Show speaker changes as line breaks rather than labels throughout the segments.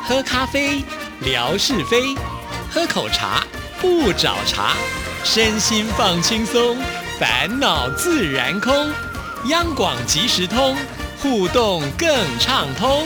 喝咖啡，聊是非；喝口茶，不找茬。身心放轻松，烦恼自然空。央广即时通，互动更畅通。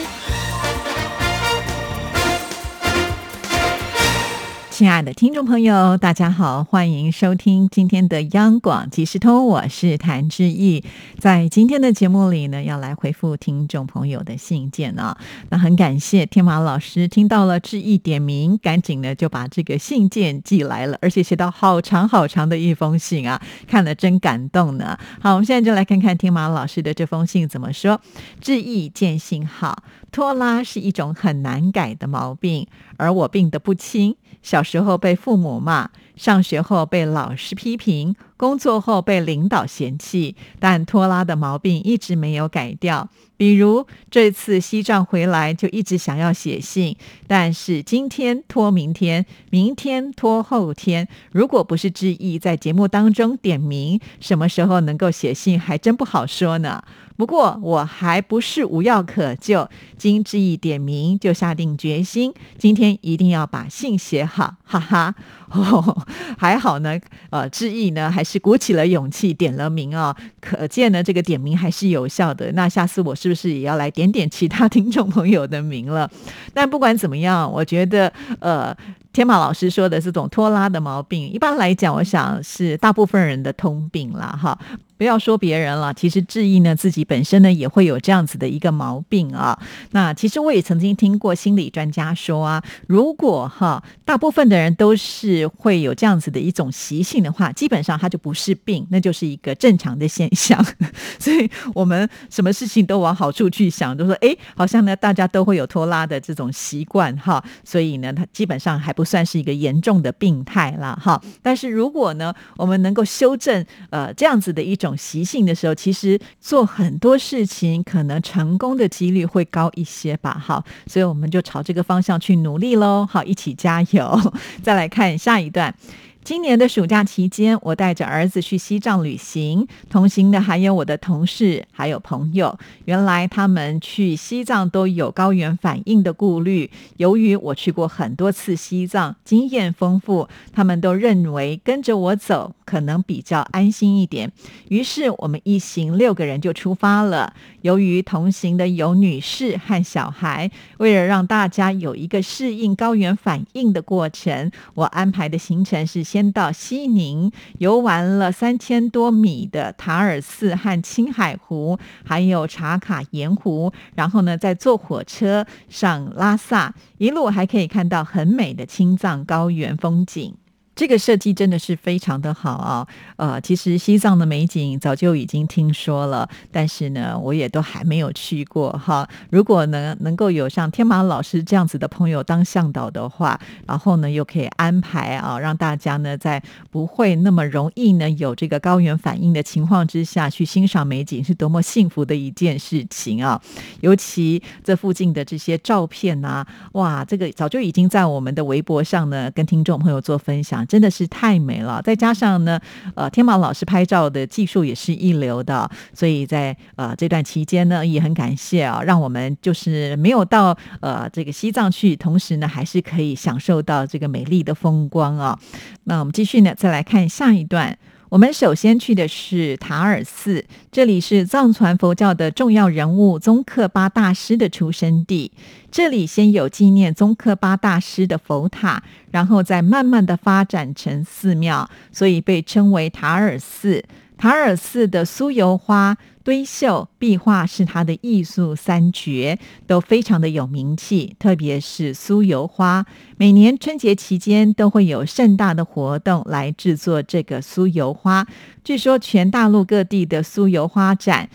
亲爱的听众朋友，大家好，欢迎收听今天的央广即时通，我是谭志毅。在今天的节目里呢，要来回复听众朋友的信件啊。那很感谢天马老师听到了志毅点名，赶紧呢就把这个信件寄来了，而且写到好长好长的一封信啊，看了真感动呢。好，我们现在就来看看天马老师的这封信怎么说。志毅见信好，拖拉是一种很难改的毛病，而我病得不轻。小时候被父母骂，上学后被老师批评，工作后被领导嫌弃，但拖拉的毛病一直没有改掉。比如这次西藏回来就一直想要写信，但是今天拖明天，明天拖后天，如果不是志毅在节目当中点名什么时候能够写信，还真不好说呢。不过我还不是无药可救，经志毅点名就下定决心，今天一定要把信写好，哈哈。还好呢，志毅呢还是鼓起了勇气点了名哦，可见呢这个点名还是有效的。那下次我是不是也要来点点其他听众朋友的名了？但不管怎么样，我觉得天马老师说的这种拖拉的毛病，一般来讲我想是大部分人的通病啦哈。不要说别人了，其实志毅呢自己本身呢也会有这样子的一个毛病啊。那其实我也曾经听过心理专家说啊，如果大部分的人都是会有这样子的一种习性的话，基本上它就不是病，那就是一个正常的现象。所以我们什么事情都往好处去想，就说好像呢大家都会有拖拉的这种习惯哈，所以呢它基本上还不算是一个严重的病态啦哈。但是如果呢我们能够修正这样子的一种习性的时候，其实做很多事情可能成功的几率会高一些吧。好，所以我们就朝这个方向去努力咯。好，一起加油。再来看下一段。今年的暑假期间，我带着儿子去西藏旅行，同行的还有我的同事还有朋友。原来他们去西藏都有高原反应的顾虑，由于我去过很多次西藏，经验丰富，他们都认为跟着我走可能比较安心一点。于是我们一行6个人就出发了。由于同行的有女士和小孩，为了让大家有一个适应高原反应的过程，我安排的行程是先到西宁游玩了3000多米的塔尔寺和青海湖，还有茶卡盐湖，然后呢再坐火车上拉萨，一路还可以看到很美的青藏高原风景。这个设计真的是非常的好啊！其实西藏的美景早就已经听说了，但是呢，我也都还没有去过哈。如果呢能够有像天马老师这样子的朋友当向导的话，然后呢又可以安排让大家呢在不会那么容易呢有这个高原反应的情况之下去欣赏美景，是多么幸福的一件事情啊！尤其这附近的这些照片啊，哇，这个早就已经在我们的微博上呢跟听众朋友做分享。真的是太美了，再加上呢天马老师拍照的技术也是一流的，所以在这段期间呢也很感谢让我们就是没有到这个西藏去，同时呢还是可以享受到这个美丽的风光啊。那我们继续呢再来看下一段。我们首先去的是塔尔寺，这里是藏传佛教的重要人物宗喀巴大师的出生地。这里先有纪念宗喀巴大师的佛塔，然后再慢慢的发展成寺庙，所以被称为塔尔寺。塔尔寺的酥油花、堆绣、壁画是它的艺术三绝，都非常的有名气，特别是酥油花。每年春节期间都会有盛大的活动来制作这个酥油花。据说全大陆各地的酥油花展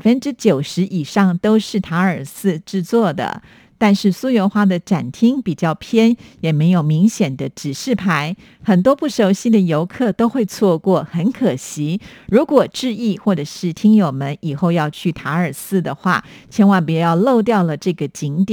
，90%以上都是塔尔寺制作的。但是酥油花的展厅比较偏，也没有明显的指示牌，很多不熟悉的游客都会错过，很可惜。如果志毅或者是听友们以后要去塔尔寺的话，千万不要漏掉了这个景点。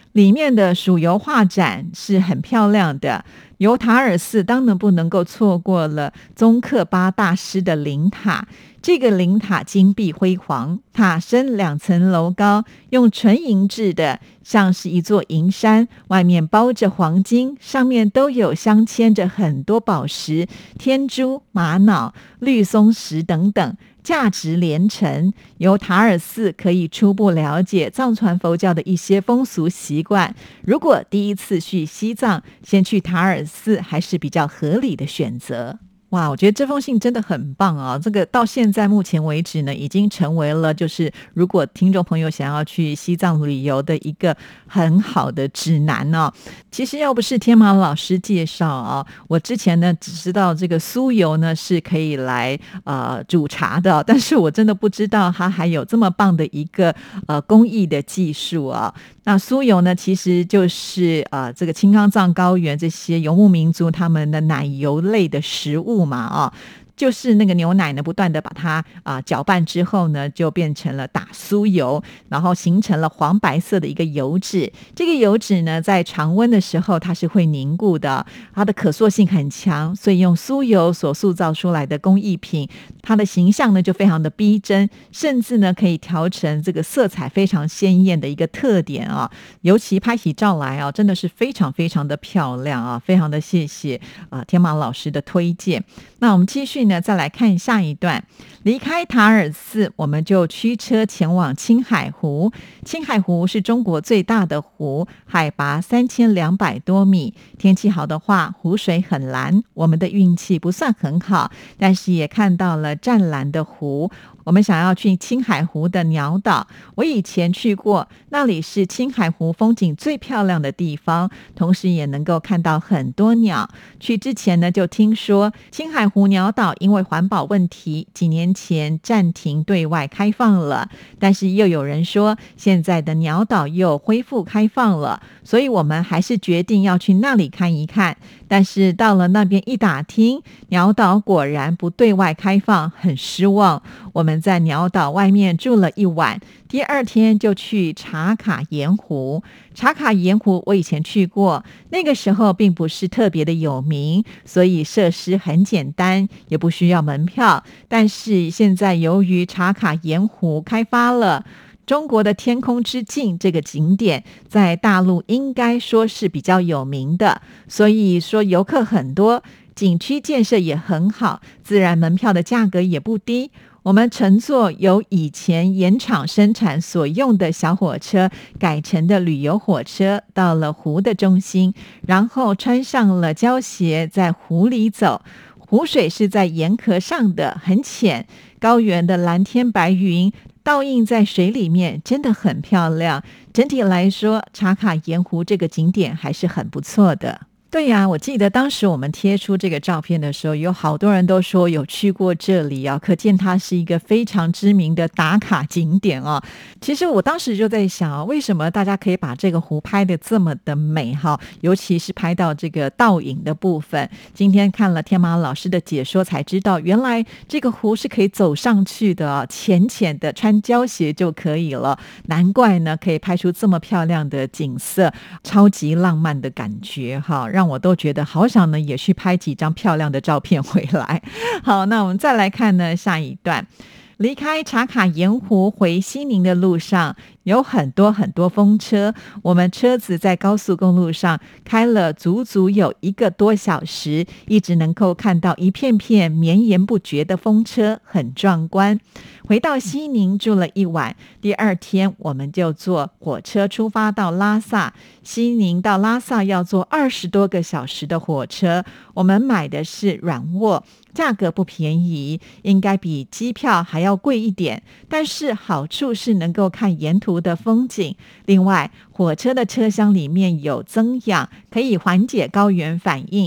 里面的蜀油画展是很漂亮的，由塔尔寺当然不能够错过了宗喀巴大师的灵塔。这个灵塔金碧辉煌，塔身2层楼高，用纯银制的，像是一座银山，外面包着黄金，上面都有镶嵌着很多宝石、天珠、玛瑙、绿松石等等，价值连城。由塔尔寺可以初步了解藏传佛教的一些风俗习惯。如果第一次去西藏，先去塔尔寺还是比较合理的选择。哇，我觉得这封信真的很棒啊！这个到现在目前为止呢，已经成为了就是如果听众朋友想要去西藏旅游的一个很好的指南哦。其实要不是天马老师介绍啊，我之前呢只知道这个酥油呢是可以来煮茶的，但是我真的不知道它还有这么棒的一个工艺的技术啊。那酥油呢，其实就是这个青康藏高原这些游牧民族他们的奶油类的食物嘛就是那个牛奶呢，不断的把它搅拌之后呢，就变成了打酥油，然后形成了黄白色的一个油脂。这个油脂呢，在常温的时候它是会凝固的，它的可塑性很强，所以用酥油所塑造出来的工艺品，它的形象呢就非常的逼真，甚至呢可以调成这个色彩非常鲜艳的一个特点啊。尤其拍起照来真的是非常非常的漂亮啊！非常的谢谢天马老师的推荐。那我们继续呢，再来看下一段。离开塔尔寺，我们就驱车前往青海湖。青海湖是中国最大的湖，海拔3200多米。天气好的话，湖水很蓝。我们的运气不算很好，但是也看到了湛蓝的湖。我们想要去青海湖的鸟岛，我以前去过，那里是青海湖风景最漂亮的地方，同时也能够看到很多鸟。去之前呢，就听说青海湖鸟岛因为环保问题，几年前暂停对外开放了，但是又有人说现在的鸟岛又恢复开放了，所以我们还是决定要去那里看一看。但是到了那边一打听，鸟岛果然不对外开放，很失望。我们在鸟岛外面住了一晚，第二天就去茶卡盐湖。茶卡盐湖我以前去过，那个时候并不是特别的有名，所以设施很简单，也不需要门票。但是现在由于茶卡盐湖开发了，中国的天空之镜这个景点在大陆应该说是比较有名的，所以说游客很多，景区建设也很好，自然门票的价格也不低。我们乘坐由以前盐场生产所用的小火车改成的旅游火车，到了湖的中心，然后穿上了胶鞋在湖里走。湖水是在盐壳上的，很浅，高原的蓝天白云倒映在水里面，真的很漂亮。整体来说，茶卡盐湖这个景点还是很不错的。对呀，我记得当时我们贴出这个照片的时候，有好多人都说有去过这里啊，可见它是一个非常知名的打卡景点啊。其实我当时就在想为什么大家可以把这个湖拍得这么的美尤其是拍到这个倒影的部分。今天看了天马老师的解说才知道，原来这个湖是可以走上去的浅浅的，穿胶鞋就可以了。难怪呢，可以拍出这么漂亮的景色，超级浪漫的感觉让我都觉得好想呢也去拍几张漂亮的照片回来。好，那我们再来看呢下一段。离开茶卡盐湖回西宁的路上，有很多很多风车，我们车子在高速公路上开了足足有1个多小时，一直能够看到一片片绵延不绝的风车，很壮观。回到西宁住了一晚，第二天我们就坐火车出发到拉萨。西宁到拉萨要坐20多个小时的火车，我们买的是软卧，价格不便宜，应该比机票还要贵一点，但是好处是能够看沿途的风景。另外，火车的车厢里面有增氧，可以缓解高原反应。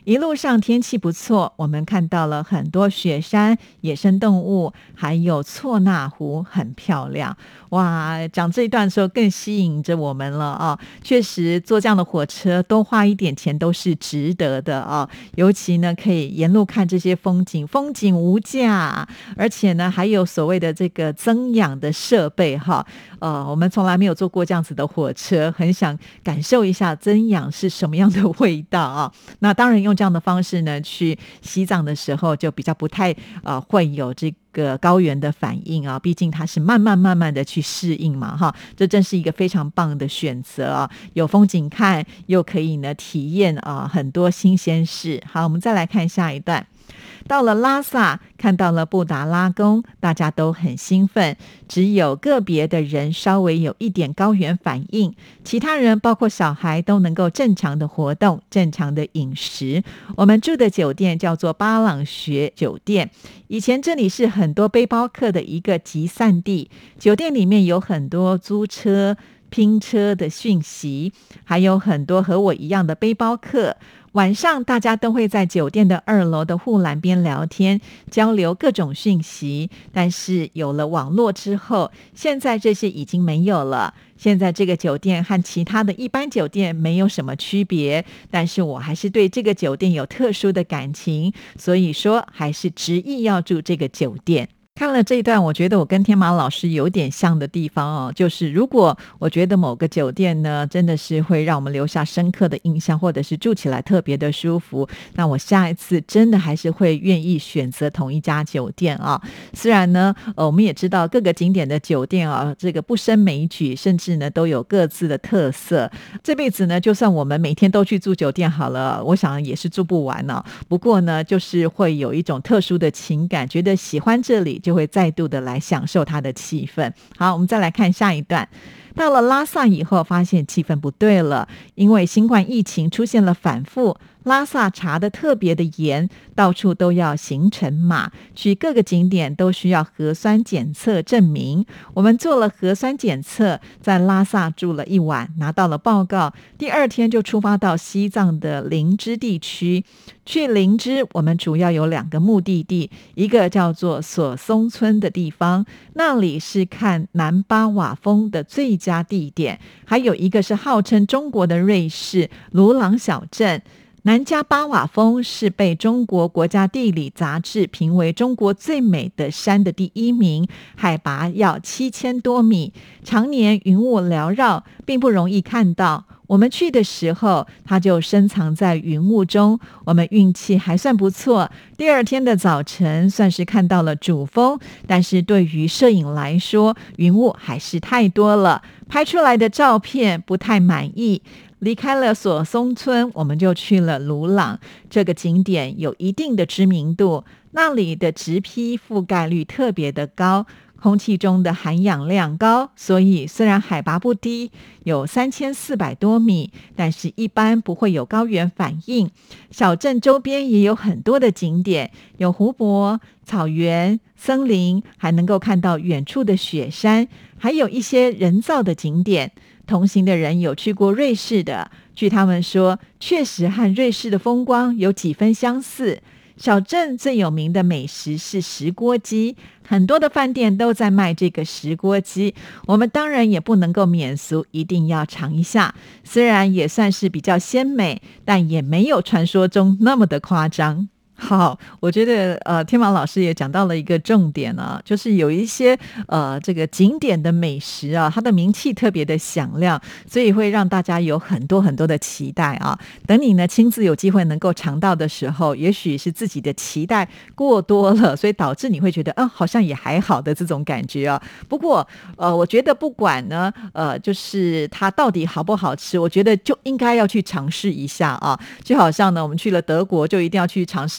一路上天气不错，我们看到了很多雪山、野生动物，还有错那湖，很漂亮。哇，讲这一段的时候更吸引着我们了啊！确实，坐这样的火车多花一点钱都是值得的啊。尤其呢，可以沿路看这些风景，风景无价，而且呢，还有所谓的这个增氧的设备哈。我们从来没有坐过这样子的火车，很想感受一下增氧是什么样的味道啊。那当然用这样的方式呢，去西藏的时候就比较不太会有这个高原的反应啊，毕竟它是慢慢的去适应嘛哈，这真是一个非常棒的选择啊，有风景看，又可以呢体验很多新鲜事。好，我们再来看下一段。到了拉萨，看到了布达拉宫，大家都很兴奋，只有个别的人稍微有一点高原反应，其他人包括小孩都能够正常的活动，正常的饮食。我们住的酒店叫做巴朗学酒店，以前这里是很多背包客的一个集散地，酒店里面有很多租车拼车的讯息，还有很多和我一样的背包客。晚上大家都会在酒店的2楼的护栏边聊天，交流各种讯息。但是有了网络之后，现在这些已经没有了。现在这个酒店和其他的一般酒店没有什么区别，但是我还是对这个酒店有特殊的感情，所以说还是执意要住这个酒店。看了这一段，我觉得我跟天马老师有点像的地方哦，就是如果我觉得某个酒店呢真的是会让我们留下深刻的印象，或者是住起来特别的舒服，那我下一次真的还是会愿意选择同一家酒店啊。虽然呢我们也知道各个景点的酒店啊，这个不胜枚举，甚至呢都有各自的特色，这辈子呢就算我们每天都去住酒店好了，我想也是住不完呢。不过呢就是会有一种特殊的情感，觉得喜欢这里就会再度的来享受它的气氛。好，我们再来看下一段。到了拉萨以后，发现气氛不对了，因为新冠疫情出现了反复，拉萨查的特别的严，到处都要行程码，去各个景点都需要核酸检测证明。我们做了核酸检测，在拉萨住了1晚，拿到了报告，第2天就出发到西藏的林芝地区。去林芝，我们主要有2个目的地，一个叫做索松村的地方，那里是看南巴瓦峰的最佳地点，还有一个是号称中国的瑞士鲁朗小镇。南迦巴瓦峰是被中国国家地理杂志评为中国最美的山的第1名，海拔要7000多米，常年云雾缭绕，并不容易看到。我们去的时候，它就深藏在云雾中，我们运气还算不错。第2天的早晨算是看到了主峰，但是对于摄影来说，云雾还是太多了，拍出来的照片不太满意。离开了索松村，我们就去了鲁朗，这个景点有一定的知名度，那里的植被覆盖率特别的高，空气中的含氧量高，所以虽然海拔不低，有3400多米，但是一般不会有高原反应。小镇周边也有很多的景点，有湖泊、草原、森林，还能够看到远处的雪山，还有一些人造的景点。同行的人有去过瑞士的，据他们说，确实和瑞士的风光有几分相似。小镇最有名的美食是石锅鸡，很多的饭店都在卖这个石锅鸡，我们当然也不能够免俗，一定要尝一下。虽然也算是比较鲜美，但也没有传说中那么的夸张。好，我觉得天马老师也讲到了一个重点啊，就是有一些这个景点的美食啊，它的名气特别的响亮，所以会让大家有很多很多的期待啊。等你呢亲自有机会能够尝到的时候，也许是自己的期待过多了，所以导致你会觉得好像也还好的这种感觉啊。不过我觉得不管呢就是它到底好不好吃，我觉得就应该要去尝试一下啊。就好像呢我们去了德国，就一定要去尝试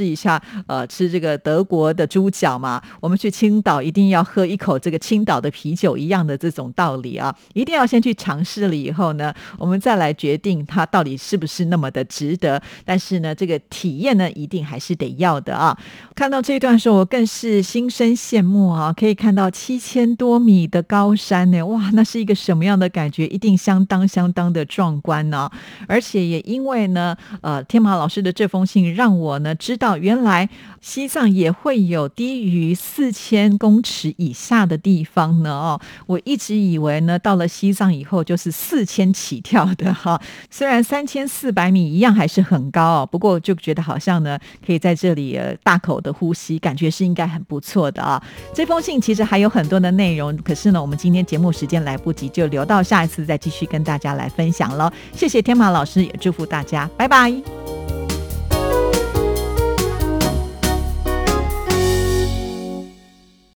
一下吃这个德国的猪脚嘛，我们去青岛一定要喝一口这个青岛的啤酒一样的这种道理啊，一定要先去尝试了以后呢，我们再来决定它到底是不是那么的值得。但是呢，这个体验呢一定还是得要的啊。看到这一段的时候，我更是心生羡慕啊，可以看到7000多米的高山呢，哇，那是一个什么样的感觉？一定相当的壮观呢。而且也因为呢天马老师的这封信让我呢知道，原来西藏也会有低于4000公尺以下的地方呢我一直以为呢到了西藏以后就是4000起跳的虽然3400米一样还是很高不过就觉得好像呢可以在这里大口的呼吸，感觉是应该很不错的这封信其实还有很多的内容，可是呢我们今天节目时间来不及，就留到下一次再继续跟大家来分享了。谢谢天马老师，也祝福大家，拜拜。